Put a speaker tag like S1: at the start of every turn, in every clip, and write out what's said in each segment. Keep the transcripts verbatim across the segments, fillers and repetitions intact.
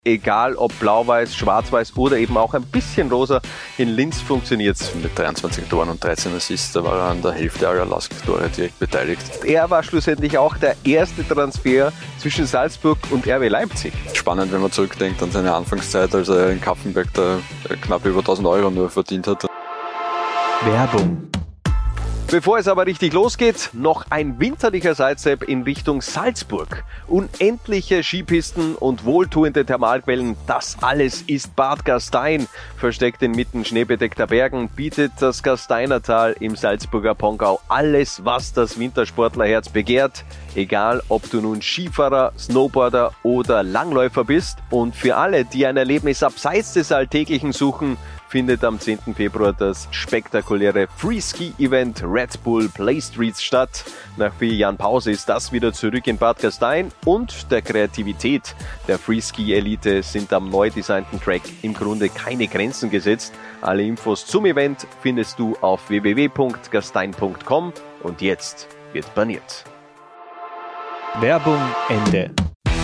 S1: Egal ob blau-weiß, schwarz-weiß oder eben auch ein bisschen rosa, in Linz funktioniert's.
S2: Mit dreiundzwanzig Toren und dreizehn Assists, da war er an der Hälfte aller Lask-Tore direkt beteiligt.
S1: Er war schlussendlich auch der erste Transfer zwischen Salzburg und R B Leipzig.
S2: Spannend, wenn man zurückdenkt an seine Anfangszeit, als er in Kapfenberg da knapp über tausend Euro nur verdient hat.
S3: Werbung.
S1: Bevor es aber richtig losgeht, noch ein winterlicher Sidestep in Richtung Salzburg. Unendliche Skipisten und wohltuende Thermalquellen, das alles ist Bad Gastein. Versteckt inmitten schneebedeckter Bergen bietet das Gasteinertal im Salzburger Pongau alles, was das Wintersportlerherz begehrt. Egal, ob du nun Skifahrer, Snowboarder oder Langläufer bist. Und für alle, die ein Erlebnis abseits des Alltäglichen suchen, findet am zehnten Februar das spektakuläre Free-Ski-Event Red Bull Play Streets statt. Nach vier Jahren Pause ist das wieder zurück in Bad Gastein und der Kreativität der Free-Ski-Elite sind am neu designten Track im Grunde keine Grenzen gesetzt. Alle Infos zum Event findest du auf w w w punkt gastein punkt com und jetzt wird baniert.
S3: Werbung Ende.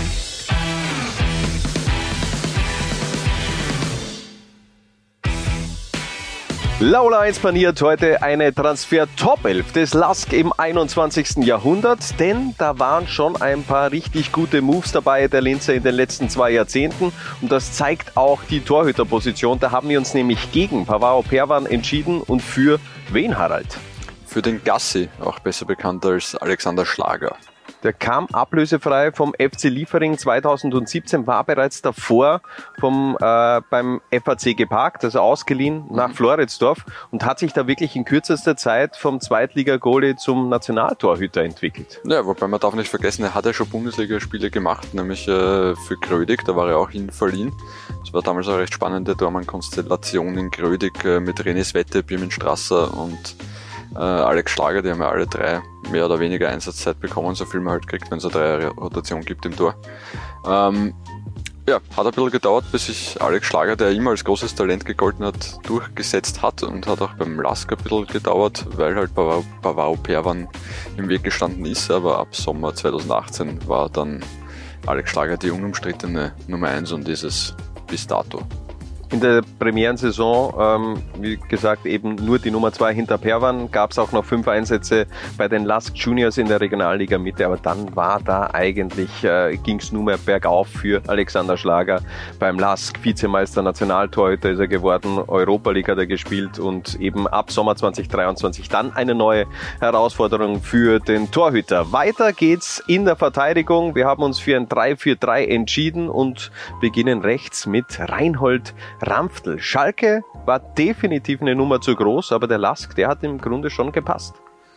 S1: Laula eins paniert heute eine Transfer-Top elf des Lask im einundzwanzigsten Jahrhundert, denn da waren schon ein paar richtig gute Moves dabei der Linzer in den letzten zwei Jahrzehnten und das zeigt auch die Torhüterposition. Da haben wir uns nämlich gegen Pavao Perwan entschieden und für wen, Harald?
S2: Für den Gassi, auch besser bekannt als Alexander Schlager.
S1: Der kam ablösefrei vom F C Liefering zweitausendsiebzehn, war bereits davor vom, äh, beim F A C geparkt, also ausgeliehen nach Floridsdorf und hat sich da wirklich in kürzester Zeit vom Zweitliga-Goalie zum Nationaltorhüter entwickelt.
S2: Ja, wobei man darf nicht vergessen, er hat ja schon Bundesligaspiele gemacht, nämlich äh, für Grödig, da war er auch hin verliehen. Das war damals eine recht spannende Tormann-Konstellation in Grödig äh, mit René Svette, Birmin Strasser und äh, Alex Schlager, die haben ja alle drei mehr oder weniger Einsatzzeit bekommen, so viel man halt kriegt, wenn es eine Dreier-Rotation gibt im Tor. Ähm, ja, hat ein bisschen gedauert, bis sich Alex Schlager, der immer als großes Talent gegolten hat, durchgesetzt hat und hat auch beim Lask ein bisschen gedauert, weil halt Pavao Perwan im Weg gestanden ist, aber ab Sommer zweitausendachtzehn war dann Alex Schlager die unumstrittene Nummer eins und ist es bis dato.
S1: In der Premierensaison, ähm, wie gesagt, eben nur die Nummer zwei hinter Perwan, gab es auch noch fünf Einsätze bei den Lask Juniors in der Regionalliga Mitte, aber dann war da eigentlich, äh, ging es nur mehr bergauf für Alexander Schlager. Beim Lask Vizemeister, Nationaltorhüter ist er geworden, Europa League hat er gespielt und eben ab Sommer zweitausenddreiundzwanzig dann eine neue Herausforderung für den Torhüter. Weiter geht's in der Verteidigung. Wir haben uns für ein drei vier drei entschieden und beginnen rechts mit Reinhold Ramftl. Schalke war definitiv eine Nummer zu groß, aber der Lask, der hat im Grunde schon gepasst.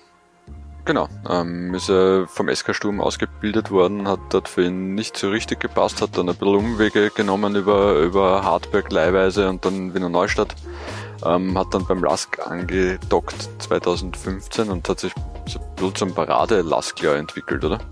S2: Genau, ähm, ist er vom S K Sturm ausgebildet worden, hat dort für ihn nicht so richtig gepasst, hat dann ein bisschen Umwege genommen über, über Hartberg leihweise und dann Wiener Neustadt, ähm, hat dann beim Lask angedockt zweitausendfünfzehn und hat sich so ein bisschen zum Parade-Laskler entwickelt, oder?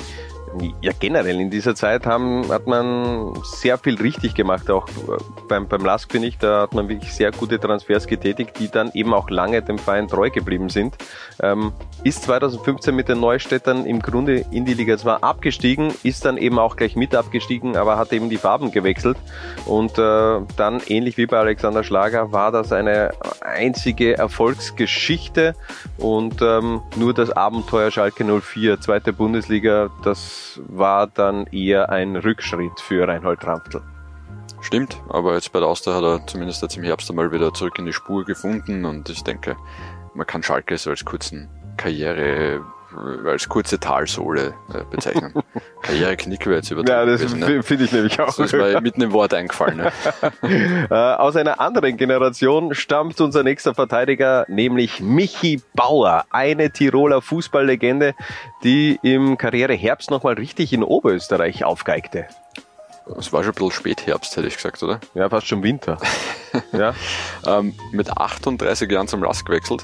S1: Ja, generell in dieser Zeit haben, hat man sehr viel richtig gemacht, auch beim, beim Lask, finde ich, da hat man wirklich sehr gute Transfers getätigt, die dann eben auch lange dem Verein treu geblieben sind. Ähm, ist zweitausendfünfzehn mit den Neustädtern im Grunde in die Liga zwar abgestiegen, ist dann eben auch gleich mit abgestiegen, aber hat eben die Farben gewechselt und äh, dann, ähnlich wie bei Alexander Schlager, war das eine einzige Erfolgsgeschichte und ähm, nur das Abenteuer Schalke null vier, zweite Bundesliga, das war dann eher ein Rückschritt für Reinhold Ramftl.
S2: Stimmt, aber jetzt bei der Austria hat er zumindest jetzt im Herbst einmal wieder zurück in die Spur gefunden und ich denke, man kann Schalke so als kurzen Karriere, als kurze Talsohle äh, bezeichnen. Karriereknick wäre jetzt übertrieben.
S1: Ja, das
S2: gewesen, ne?
S1: finde ich nämlich auch.
S2: Das ist mir mitten im Wort eingefallen. Ne?
S1: Aus einer anderen Generation stammt unser nächster Verteidiger, nämlich Michi Bauer, eine Tiroler Fußballlegende, die im Karriereherbst nochmal richtig in Oberösterreich aufgeigte.
S2: Es war schon ein bisschen Spätherbst, hätte ich gesagt, oder?
S1: Ja, fast schon Winter. Ja.
S2: ähm, mit achtunddreißig Jahren zum Lask gewechselt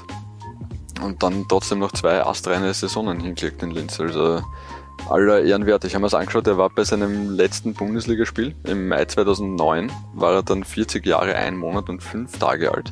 S2: und dann trotzdem noch zwei astreine Saisonen hingelegt in Linz. Also aller Ehrenwert. Ich habe mir das angeschaut, er war bei seinem letzten Bundesligaspiel im Mai zweitausendneun, war er dann vierzig Jahre, ein Monat und fünf Tage alt.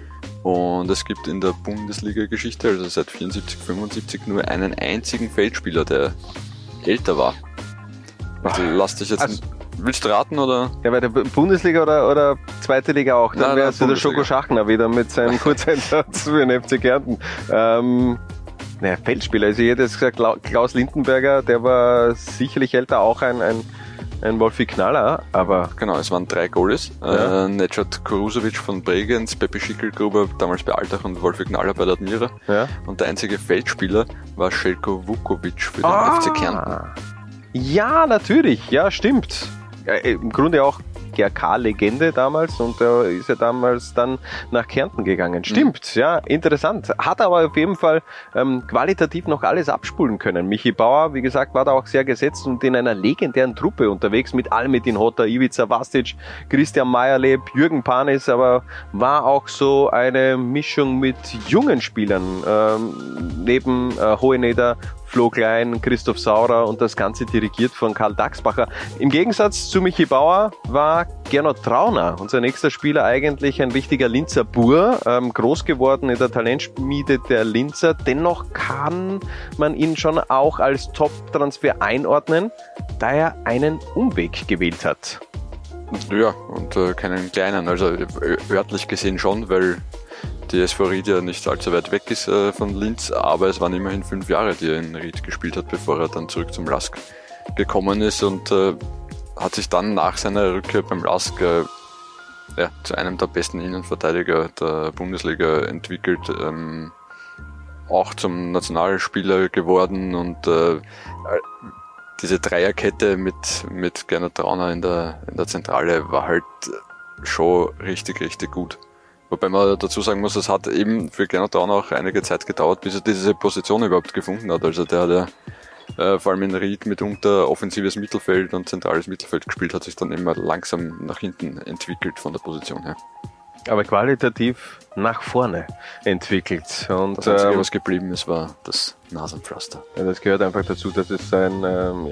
S2: Und es gibt in der Bundesliga-Geschichte, also seit vierundsiebzig, fünfundsiebzig, nur einen einzigen Feldspieler, der älter war. Also lass dich jetzt...
S1: Also,
S2: Willst du raten, oder?
S1: Ja, bei der Bundesliga oder, oder zweite Liga auch. Dann wäre es der Schoko Schachner wieder mit seinem Kurzeinsatz für den F C Kärnten. Ähm, naja, Feldspieler. Also ich hätte jetzt gesagt, Klaus Lindenberger, der war sicherlich älter, auch ein, ein, ein Wolfi Knaller, aber...
S2: Genau, es waren drei Goalies. Ja. Äh, Nedžad Kurusovic von Bregenz, Pepe Schickelgruber, damals bei Altach, und Wolfi Knaller bei der Admira. Ja. Und der einzige Feldspieler war Željko Vukovic für den ah. F C Kärnten.
S1: Ja, natürlich. Ja, stimmt. Ja, im Grunde auch G R K-Legende damals, und er ist ja damals dann nach Kärnten gegangen. Stimmt, mhm. ja, interessant. Hat aber auf jeden Fall ähm, qualitativ noch alles abspulen können. Michi Bauer, wie gesagt, war da auch sehr gesetzt und in einer legendären Truppe unterwegs mit Almedin Hotta, Ivica Vastic, Christian Meyerleb, Jürgen Panis, aber war auch so eine Mischung mit jungen Spielern, ähm, neben äh, Hoheneder, Flo Klein, Christoph Saurer, und das Ganze dirigiert von Karl Daxbacher. Im Gegensatz zu Michi Bauer war Gernot Trauner, unser nächster Spieler, eigentlich ein richtiger Linzer Bur, ähm, groß geworden in der Talentschmiede der Linzer. Dennoch kann man ihn schon auch als Top-Transfer einordnen, da er einen Umweg gewählt hat.
S2: Ja, und äh, keinen kleinen, also örtlich gesehen schon, weil die S V Ried ja nicht allzu weit weg ist äh, von Linz, aber es waren immerhin fünf Jahre, die er in Ried gespielt hat, bevor er dann zurück zum Lask gekommen ist, und äh, hat sich dann nach seiner Rückkehr beim Lask äh, ja, zu einem der besten Innenverteidiger der Bundesliga entwickelt, ähm, auch zum Nationalspieler geworden, und äh, diese Dreierkette mit, mit Gernot Trauner in der, in der Zentrale war halt schon richtig, richtig gut. Wobei man dazu sagen muss, es hat eben für Gernot Trauner auch einige Zeit gedauert, bis er diese Position überhaupt gefunden hat. Also der hat ja äh, vor allem in Ried mitunter offensives Mittelfeld und zentrales Mittelfeld gespielt, hat sich dann immer langsam nach hinten entwickelt von der Position her.
S1: Aber qualitativ nach vorne entwickelt. Und,
S2: das Einzige,
S1: ähm,
S2: was geblieben ist, war das Nasenpflaster.
S1: Ja, das gehört einfach dazu, das ist ein ähm,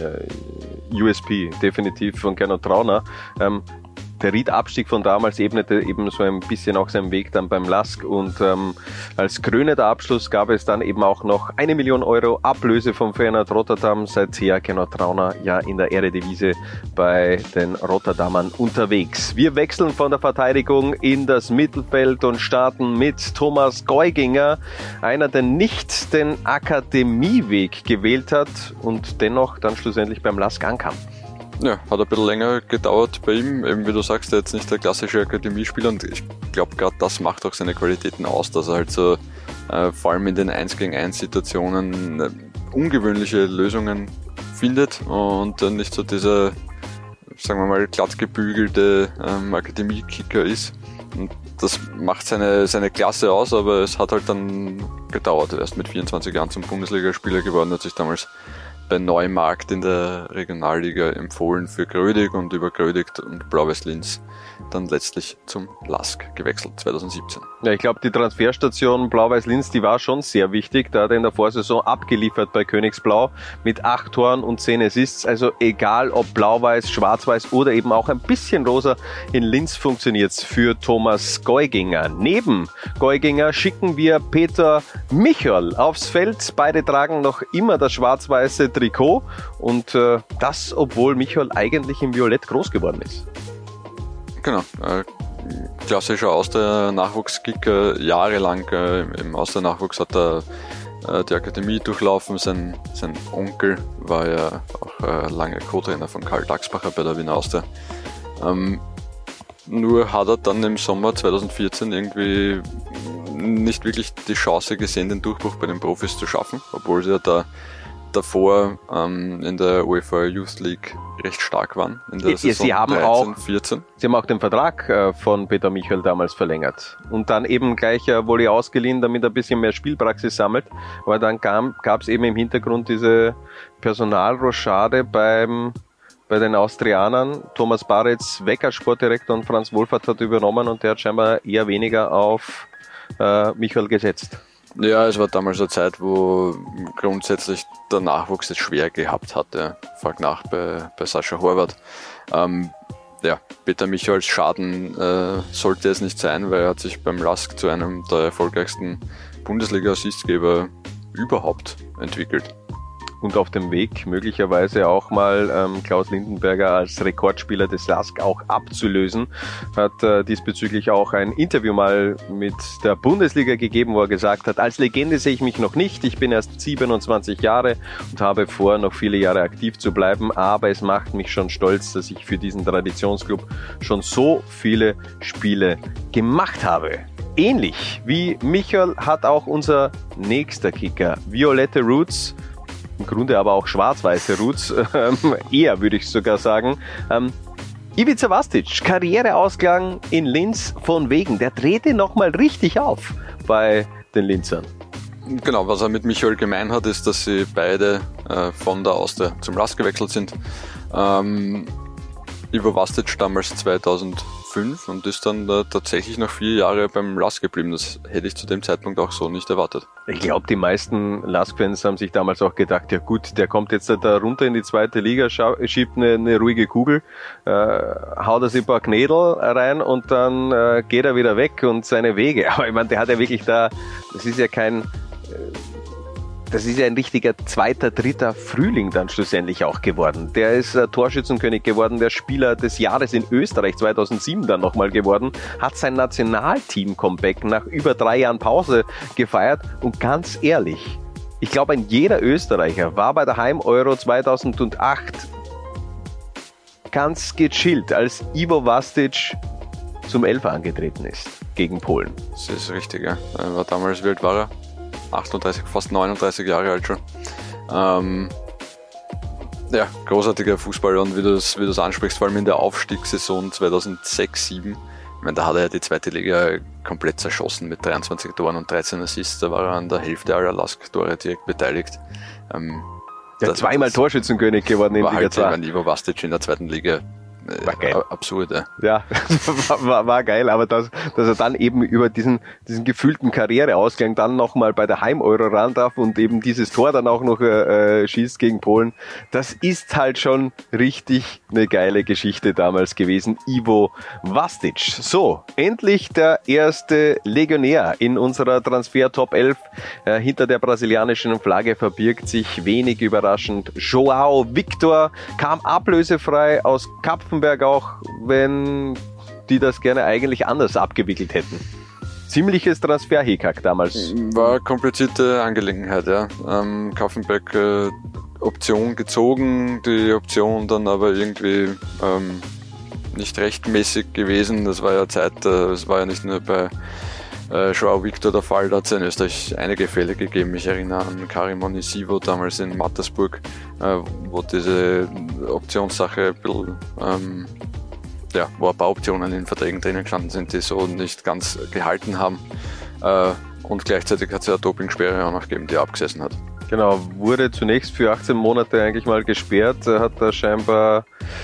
S1: U S P, definitiv, von Gernot Trauner. Ähm, Der Ried-Abstieg von damals ebnete eben so ein bisschen auch seinen Weg dann beim Lask, und ähm, als krönender Abschluss gab es dann eben auch noch eine Million Euro Ablöse vom Feyenoord Rotterdam. Seither Gernot Trauner ja in der Eredivisie bei den Rotterdamern unterwegs. Wir wechseln von der Verteidigung in das Mittelfeld und starten mit Thomas Geuginger, einer, der nicht den Akademieweg gewählt hat und dennoch dann schlussendlich beim Lask ankam.
S2: Ja, hat ein bisschen länger gedauert bei ihm, eben wie du sagst, er ist jetzt nicht der klassische Akademiespieler, und ich glaube, gerade das macht auch seine Qualitäten aus, dass er halt so äh, vor allem in den eins gegen eins Situationen äh, ungewöhnliche Lösungen findet und äh, nicht so dieser, sagen wir mal, glatt gebügelte ähm, Akademiekicker ist. Und das macht seine, seine Klasse aus, aber es hat halt dann gedauert. Er ist mit vierundzwanzig Jahren zum Bundesligaspieler geworden, hat sich damals bei Neumarkt in der Regionalliga empfohlen für Grödig und über Grödig und Blau-Weiß Linz dann letztlich zum Lask gewechselt, zwanzig siebzehn.
S1: Ja, ich glaube, die Transferstation Blau-Weiß Linz, die war schon sehr wichtig. Da hat er in der Vorsaison abgeliefert bei Königsblau mit acht Toren und zehn Assists. Also egal, ob Blau-Weiß, Schwarz-Weiß oder eben auch ein bisschen rosa, in Linz funktioniert's für Thomas Geuginger. Neben Geuginger schicken wir Peter Michol aufs Feld. Beide tragen noch immer das schwarz-weiße Trikot, und äh, das, obwohl Michol eigentlich im Violett groß geworden ist.
S2: Genau, äh, klassischer Austria-Nachwuchskicker, jahrelang äh, im Austria-Nachwuchs hat er äh, die Akademie durchlaufen. Sein, sein Onkel war ja auch äh, lange Co-Trainer von Karl Daxbacher bei der Wiener Austria. Ähm, nur hat er dann im Sommer zwanzig vierzehn irgendwie nicht wirklich die Chance gesehen, den Durchbruch bei den Profis zu schaffen, obwohl sie ja da davor ähm, in der UEFA Youth League recht stark waren in der Saison
S1: Sie haben
S2: dreizehn,
S1: auch,
S2: vierzehn.
S1: Sie haben auch den Vertrag äh, von Peter Michol damals verlängert und dann eben gleich äh, Volley ausgeliehen, damit er ein bisschen mehr Spielpraxis sammelt. Aber dann gab es eben im Hintergrund diese Personalrochade beim bei den Austrianern. Thomas Baretz weg als Sportdirektor und Franz Wohlfahrt hat übernommen, und der hat scheinbar eher weniger auf äh, Michol gesetzt.
S2: Ja, es war damals eine Zeit, wo grundsätzlich der Nachwuchs es schwer gehabt hatte. Frag nach bei, bei Sascha Horvath. Ähm, ja, Peter Michols Schaden äh, sollte es nicht sein, weil er hat sich beim Lask zu einem der erfolgreichsten Bundesliga-Assistgeber überhaupt entwickelt.
S1: und auf dem Weg möglicherweise auch mal ähm, Klaus Lindenberger als Rekordspieler des Lask auch abzulösen. Hat äh, diesbezüglich auch ein Interview mal mit der Bundesliga gegeben, wo er gesagt hat, als Legende sehe ich mich noch nicht, ich bin erst siebenundzwanzig Jahre und habe vor, noch viele Jahre aktiv zu bleiben, aber es macht mich schon stolz, dass ich für diesen Traditionsclub schon so viele Spiele gemacht habe. Ähnlich wie Michael hat auch unser nächster Kicker violette Roots, im Grunde aber auch schwarz-weiße Roots, ähm, eher würde ich sogar sagen. Ähm, Ivica Vastic, Karriereausgang in Linz von wegen, der drehte nochmal richtig auf bei den Linzern.
S2: Genau, was er mit Michael gemein hat, ist, dass sie beide äh, von der Austria zum Lask gewechselt sind. Ähm, Ivo Vastic damals zweitausendfünf und ist dann äh, tatsächlich noch vier Jahre beim Lask geblieben. Das hätte ich zu dem Zeitpunkt auch so nicht erwartet.
S1: Ich glaube, die meisten Lask-Fans haben sich damals auch gedacht, ja gut, der kommt jetzt da runter in die zweite Liga, schiebt eine, eine ruhige Kugel, äh, haut er sich ein paar Knädel rein und dann äh, geht er wieder weg und seine Wege. Aber ich meine, der hat ja wirklich da, das ist ja kein... Äh, Das ist ja ein richtiger zweiter, dritter Frühling dann schlussendlich auch geworden. Der ist äh, Torschützenkönig geworden, der Spieler des Jahres in Österreich zweitausendsieben dann nochmal geworden, hat sein Nationalteam-Comeback nach über drei Jahren Pause gefeiert und ganz ehrlich, ich glaube, ein jeder Österreicher war bei der Heim-Euro zweitausendacht ganz gechillt, als Ivo Vastic zum Elfer angetreten ist gegen Polen.
S2: Das ist richtig, ja. Er war damals, wie alt war er? achtunddreißig, fast neununddreißig Jahre alt schon. Ähm, ja, großartiger Fußballer und wie du es wie du es ansprichst, vor allem in der Aufstiegssaison zweitausendsechs sieben. Ich meine, da hat er ja die zweite Liga komplett zerschossen mit dreiundzwanzig Toren und dreizehn Assists. Da war er an der Hälfte aller Lask-Tore direkt beteiligt. Ähm,
S1: der
S2: das,
S1: zweimal
S2: das
S1: Torschützenkönig geworden in
S2: Liga
S1: Liga zwei.
S2: Halt Ivo Vastic in der zweiten Liga.
S1: War geil.
S2: Absurd, ja.
S1: Ja, war, war, war geil, aber das, dass er dann eben über diesen, diesen gefühlten Karriereausgang dann nochmal bei der Heim-Euro ran darf und eben dieses Tor dann auch noch äh, schießt gegen Polen, das ist halt schon richtig eine geile Geschichte damals gewesen. Ivo Vastic. So, endlich der erste Legionär in unserer Transfer-Top elf. Äh, hinter der brasilianischen Flagge verbirgt sich wenig überraschend João Victor, kam ablösefrei aus Kapfenberg, auch wenn die das gerne eigentlich anders abgewickelt hätten. Ziemliches Transfer-Hickhack damals.
S2: War eine komplizierte Angelegenheit, ja. Ähm, Kaufenberg äh, Option gezogen, die Option dann aber irgendwie ähm, nicht rechtmäßig gewesen. Das war ja Zeit, äh, das war ja nicht nur bei äh, João Victor der Fall, da hat es in Österreich einige Fälle gegeben. Ich erinnere an Karim Onisivo damals in Mattersburg, äh, wo diese Optionssache ein bisschen, ähm, ja, wo ein paar Optionen in Verträgen drinnen gestanden sind, die so nicht ganz gehalten haben. Äh, und gleichzeitig hat es ja eine Dopingsperre auch noch gegeben, die er abgesessen hat.
S1: Genau, wurde zunächst für achtzehn Monate eigentlich mal gesperrt, hat da scheinbar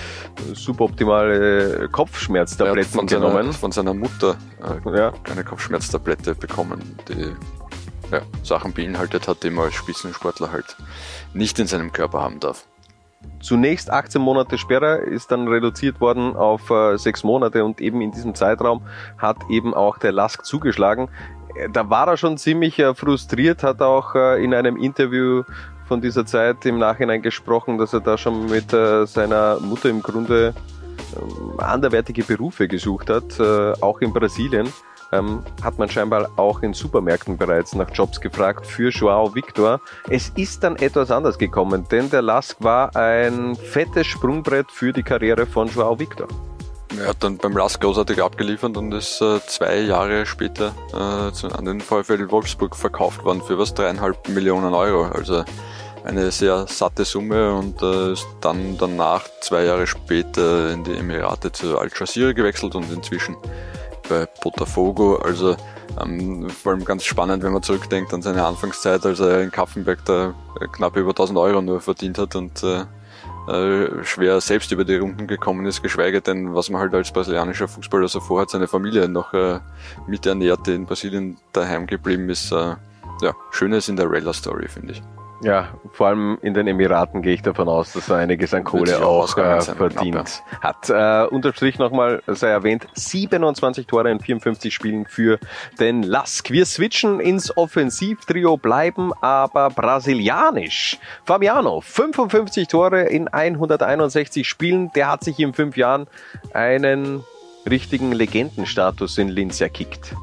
S1: suboptimale Kopfschmerztabletten
S2: seiner,
S1: genommen.
S2: Von seiner Mutter äh,
S1: ja.
S2: eine Kopfschmerztablette bekommen, die ja, Sachen beinhaltet hat, die man als Spitzensportler halt nicht in seinem Körper haben darf.
S1: Zunächst achtzehn Monate Sperre, ist dann reduziert worden auf äh, sechs Monate und eben in diesem Zeitraum hat eben auch der Lask zugeschlagen. Da war er schon ziemlich äh, frustriert, hat auch äh, in einem Interview von dieser Zeit im Nachhinein gesprochen, dass er da schon mit äh, seiner Mutter im Grunde äh, anderweitige Berufe gesucht hat, äh, auch in Brasilien. Ähm, hat man scheinbar auch in Supermärkten bereits nach Jobs gefragt für João Victor. Es ist dann etwas anders gekommen, denn der Lask war ein fettes Sprungbrett für die Karriere von João Victor.
S2: Er hat dann beim Lask großartig abgeliefert und ist äh, zwei Jahre später äh, zu, an den VfL Wolfsburg verkauft worden für was dreieinhalb Millionen Euro. Also eine sehr satte Summe und äh, ist dann danach zwei Jahre später in die Emirate zu Al Jazeera gewechselt und inzwischen bei Botafogo. Also ähm, vor allem ganz spannend, wenn man zurückdenkt an seine Anfangszeit, als er in Kapfenberg da knapp über tausend Euro nur verdient hat und äh, äh, schwer selbst über die Runden gekommen ist, geschweige denn, was man halt als brasilianischer Fußballer so vorhat, seine Familie noch äh, miternährt, die in Brasilien daheim geblieben ist. Äh, ja, schöne Cinderella-Story, finde ich.
S1: Ja, vor allem in den Emiraten gehe ich davon aus, dass er einiges an Kohle auch äh, verdient knapp, ja. hat. Äh, unterstrich nochmal, sei erwähnt, siebenundzwanzig Tore in vierundfünfzig Spielen für den Lask. Wir switchen ins Offensivtrio, bleiben aber brasilianisch. Fabiano, fünfundfünfzig Tore in hunderteinundsechzig Spielen. Der hat sich in fünf Jahren einen richtigen Legendenstatus in Linz erkickt.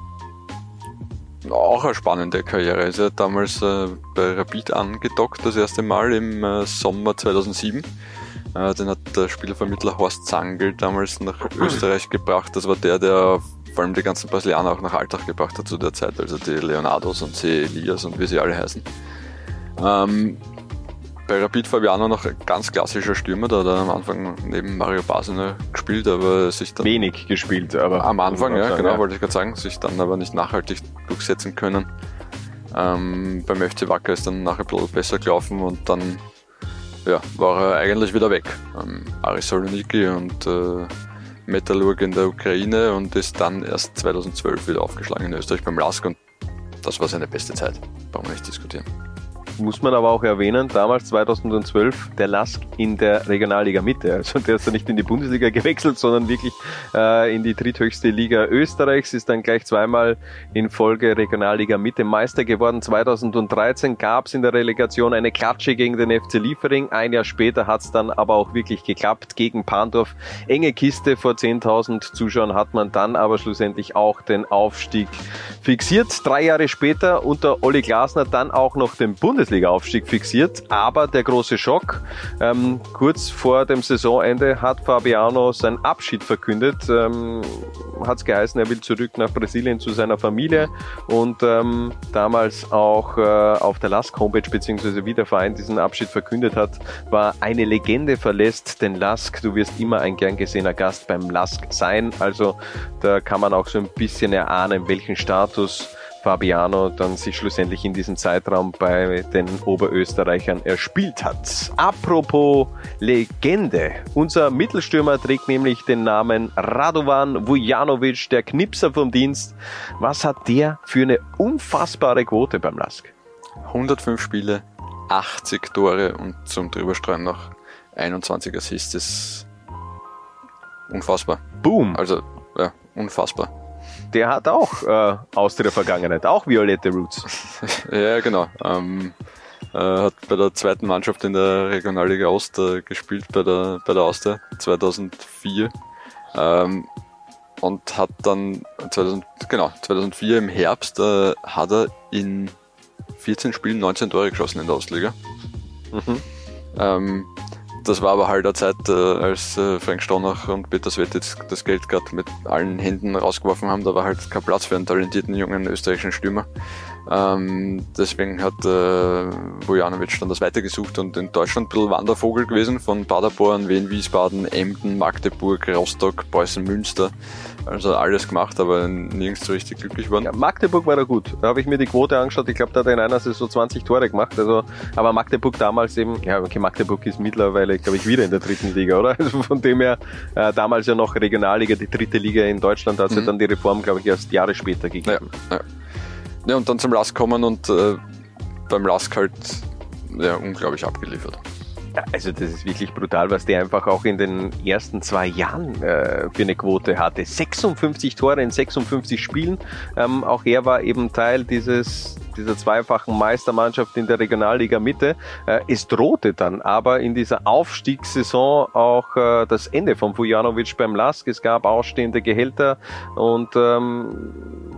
S2: Auch eine spannende Karriere. Er ist ja damals äh, bei Rapid angedockt, das erste Mal im äh, Sommer zweitausendsieben. Äh, den hat der Spielervermittler Horst Zangl damals nach Österreich gebracht. Das war der, der vor allem die ganzen Brasilianer auch nach Alltag gebracht hat zu der Zeit, also die Leonardos und C. Elias und wie sie alle heißen. Ähm, bei Rapid Fabiano noch ein ganz klassischer Stürmer, da hat er am Anfang neben Mario Basler gespielt, aber sich dann...
S1: Wenig gespielt, aber...
S2: Am Anfang, ja,
S1: sagen,
S2: genau,
S1: ja.
S2: wollte ich gerade sagen, sich dann aber nicht nachhaltig durchsetzen können. Ähm, beim F C Wacker ist dann nachher ein bisschen besser gelaufen und dann ja, war er eigentlich wieder weg. Ähm, Aris Saloniki und äh, Metallurg in der Ukraine und ist dann erst zweitausendzwölf wieder aufgeschlagen in Österreich beim Lask und das war seine beste Zeit, brauchen wir nicht diskutieren.
S1: Muss man aber auch erwähnen, damals zweitausendzwölf der Lask in der Regionalliga Mitte. Also der ist ja nicht in die Bundesliga gewechselt, sondern wirklich äh, in die dritthöchste Liga Österreichs, ist dann gleich zweimal in Folge Regionalliga Mitte Meister geworden. zweitausenddreizehn gab es in der Relegation eine Klatsche gegen den F C Liefering. Ein Jahr später hat es dann aber auch wirklich geklappt gegen Pandorf. Enge Kiste vor zehntausend Zuschauern hat man dann aber schlussendlich auch den Aufstieg fixiert. Drei Jahre später unter Olli Glasner dann auch noch den Bundesliga Aufstieg fixiert, aber der große Schock, ähm, kurz vor dem Saisonende hat Fabiano seinen Abschied verkündet, ähm, hat es geheißen, er will zurück nach Brasilien zu seiner Familie und ähm, damals auch äh, auf der Lask Homepage beziehungsweise wie der Verein diesen Abschied verkündet hat, war eine Legende verlässt den Lask, du wirst immer ein gern gesehener Gast beim Lask sein, also da kann man auch so ein bisschen erahnen, welchen Status Fabiano dann sich schlussendlich in diesem Zeitraum bei den Oberösterreichern erspielt hat. Apropos Legende. Unser Mittelstürmer trägt nämlich den Namen Radovan Vujanovic, der Knipser vom Dienst. Was hat der für eine unfassbare Quote beim Lask?
S2: hundertfünf Spiele, achtzig Tore und zum Drüberstreuen noch einundzwanzig Assists. Das ist unfassbar.
S1: Boom!
S2: Also, ja, unfassbar.
S1: Der hat auch äh, Austria-Vergangenheit, auch violette Roots.
S2: Ja, genau. Ähm, äh, hat bei der zweiten Mannschaft in der Regionalliga Ost äh, gespielt, bei der, bei der Austria zweitausendvier. Ähm, und hat dann zweitausend, genau, zweitausendvier im Herbst äh, hat er in vierzehn Spielen neunzehn Tore geschossen in der Ostliga. Mhm. Ähm, Das war aber halt eine Zeit, äh, als äh, Frank Stronach und Peter Svetitz das Geld gerade mit allen Händen rausgeworfen haben. Da war halt kein Platz für einen talentierten jungen österreichischen Stürmer. Ähm, deswegen hat äh, Vujanovic dann das weitergesucht und in Deutschland ein bisschen Wandervogel gewesen, von Paderborn, Wien, Wiesbaden, Emden, Magdeburg, Rostock, Preußen, Münster. Also alles gemacht, aber nirgends so richtig glücklich geworden.
S1: Ja, Magdeburg war da gut. Da habe ich mir die Quote angeschaut. Ich glaube, da hat er in einer Saison zwanzig Tore gemacht. Also, aber Magdeburg damals eben, ja, okay, Magdeburg ist mittlerweile, glaube ich, wieder in der dritten Liga, oder? Also von dem her, äh, damals ja noch Regionalliga, die dritte Liga in Deutschland, hat es mhm. ja dann die Reform, glaube ich, erst Jahre später gegeben.
S2: Ja, ja. ja und dann zum Lask kommen und äh, beim Lask halt ja, unglaublich abgeliefert.
S1: Ja, also das ist wirklich brutal, was der einfach auch in den ersten zwei Jahren äh, für eine Quote hatte. sechsundfünfzig Tore in sechsundfünfzig Spielen. Ähm, auch er war eben Teil dieses dieser zweifachen Meistermannschaft in der Regionalliga Mitte. Äh, es drohte dann aber in dieser Aufstiegssaison auch äh, das Ende von Vujanovic beim Lask. Es gab ausstehende Gehälter und ähm,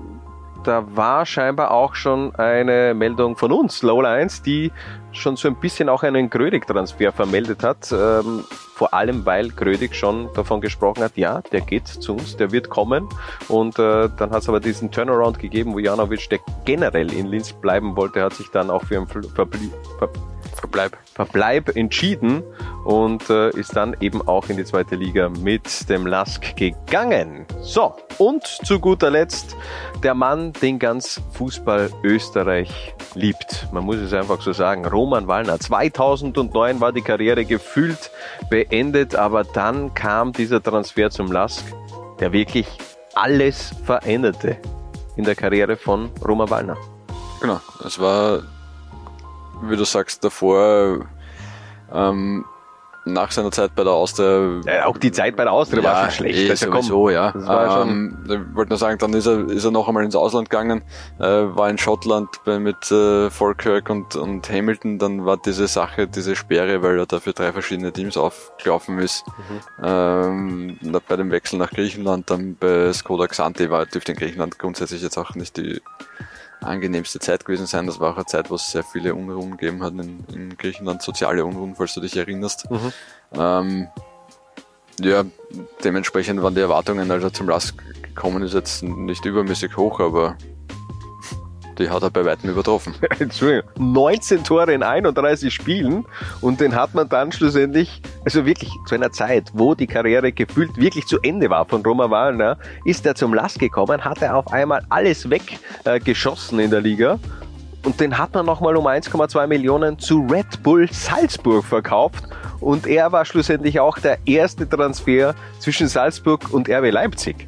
S1: da war scheinbar auch schon eine Meldung von uns, Lola eins, die schon so ein bisschen auch einen Grödig-Transfer vermeldet hat. Ähm, vor allem, weil Grödig schon davon gesprochen hat, ja, der geht zu uns, der wird kommen. Und äh, dann hat es aber diesen Turnaround gegeben, Vujanovic, der generell in Linz bleiben wollte, hat sich dann auch für einen Verblie- Ver- Verbleib. Verbleib entschieden und äh, ist dann eben auch in die zweite Liga mit dem Lask gegangen. So, und zu guter Letzt der Mann, den ganz Fußball Österreich liebt. Man muss es einfach so sagen. Roman Wallner. zweitausendneun war die Karriere gefühlt beendet, aber dann kam dieser Transfer zum Lask, der wirklich alles veränderte in der Karriere von Roman Wallner.
S2: Genau, es war wie du sagst, davor, ähm, nach seiner Zeit bei der Austria...
S1: Ja, auch die Zeit bei der Austria
S2: ja,
S1: war schon schlecht.
S2: Eh,
S1: also,
S2: sowieso,
S1: komm,
S2: ja.
S1: Das war
S2: ähm, schon ich wollte nur sagen, dann ist er, ist er noch einmal ins Ausland gegangen, äh, war in Schottland bei, mit äh, Falkirk und, und Hamilton, dann war diese Sache, diese Sperre, weil er da für drei verschiedene Teams aufgelaufen ist. Mhm. Ähm, bei dem Wechsel nach Griechenland, dann bei Skoda Xanthi, war, dürfte in Griechenland grundsätzlich jetzt auch nicht die angenehmste Zeit gewesen sein. Das war auch eine Zeit, wo es sehr viele Unruhen gegeben hat in, in Griechenland, soziale Unruhen, falls du dich erinnerst. Mhm. Ähm, ja, dementsprechend waren die Erwartungen, als er zum Lask gekommen ist, jetzt nicht übermäßig hoch, aber die hat er bei weitem übertroffen.
S1: Entschuldigung, neunzehn Tore in einunddreißig Spielen und den hat man dann schlussendlich, also wirklich zu einer Zeit, wo die Karriere gefühlt wirklich zu Ende war von Roman Wallner, ist er zum Lask gekommen, hat er auf einmal alles weggeschossen äh, in der Liga und den hat man nochmal um eins Komma zwei Millionen zu Red Bull Salzburg verkauft und er war schlussendlich auch der erste Transfer zwischen Salzburg und R B Leipzig.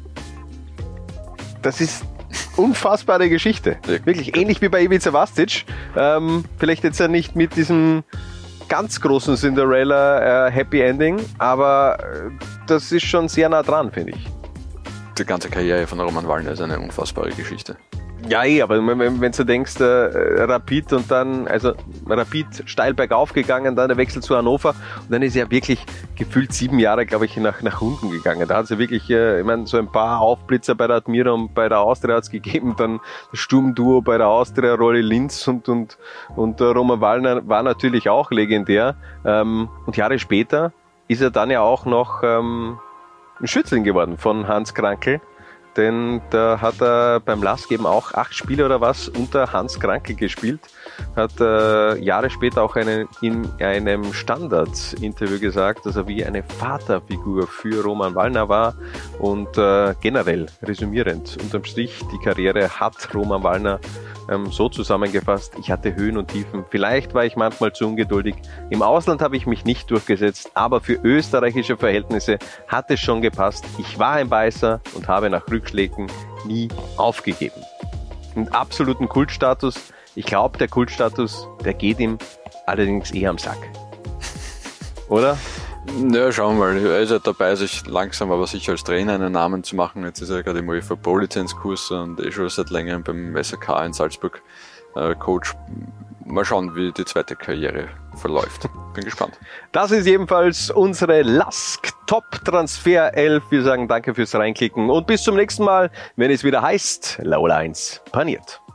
S1: Das ist unfassbare Geschichte. Ja. Wirklich ähnlich wie bei Ivica Vastic. Ähm, vielleicht jetzt ja nicht mit diesem ganz großen Cinderella äh, Happy Ending, aber äh, das ist schon sehr nah dran, finde ich.
S2: Die ganze Karriere von Roman Wallner ist eine unfassbare Geschichte.
S1: Ja, eh, aber wenn, wenn du denkst, äh, Rapid und dann, also Rapid steil bergauf gegangen, dann der Wechsel zu Hannover und dann ist er wirklich gefühlt sieben Jahre, glaube ich, nach, nach unten gegangen. Da hat es ja wirklich, äh, ich meine, so ein paar Aufblitzer bei der Admira und bei der Austria hat es gegeben, dann das Sturmduo bei der Austria, Rolli Linz und, und, und äh, Roman Wallner war natürlich auch legendär. Ähm, und Jahre später ist er dann ja auch noch ähm, ein Schützling geworden von Hans Krankl. Denn da hat er beim Lask eben auch acht Spiele oder was unter Hans Krankl gespielt. Hat äh, Jahre später auch eine, in einem Standard-Interview gesagt, dass er wie eine Vaterfigur für Roman Wallner war. Und äh, generell, resümierend, unterm Strich, die Karriere hat Roman Wallner ähm, so zusammengefasst, ich hatte Höhen und Tiefen. Vielleicht war ich manchmal zu ungeduldig. Im Ausland habe ich mich nicht durchgesetzt, aber für österreichische Verhältnisse hat es schon gepasst. Ich war ein Beißer und habe nach Rückschlägen nie aufgegeben. Einen absoluten Kultstatus. Ich glaube, der Kultstatus, der geht ihm allerdings eher am Sack. Oder?
S2: Ja, schauen wir mal. Er ist ja dabei, sich langsam aber sicher als Trainer einen Namen zu machen. Jetzt ist er gerade im UEFA Pro-Lizenzkurs und eh schon seit längerem beim S R K in Salzburg äh, Coach. Mal schauen, wie die zweite Karriere verläuft. Bin gespannt.
S1: Das ist jedenfalls unsere Lask Top Transfer elf. Wir sagen danke fürs Reinklicken und bis zum nächsten Mal, wenn es wieder heißt, Laola eins paniert.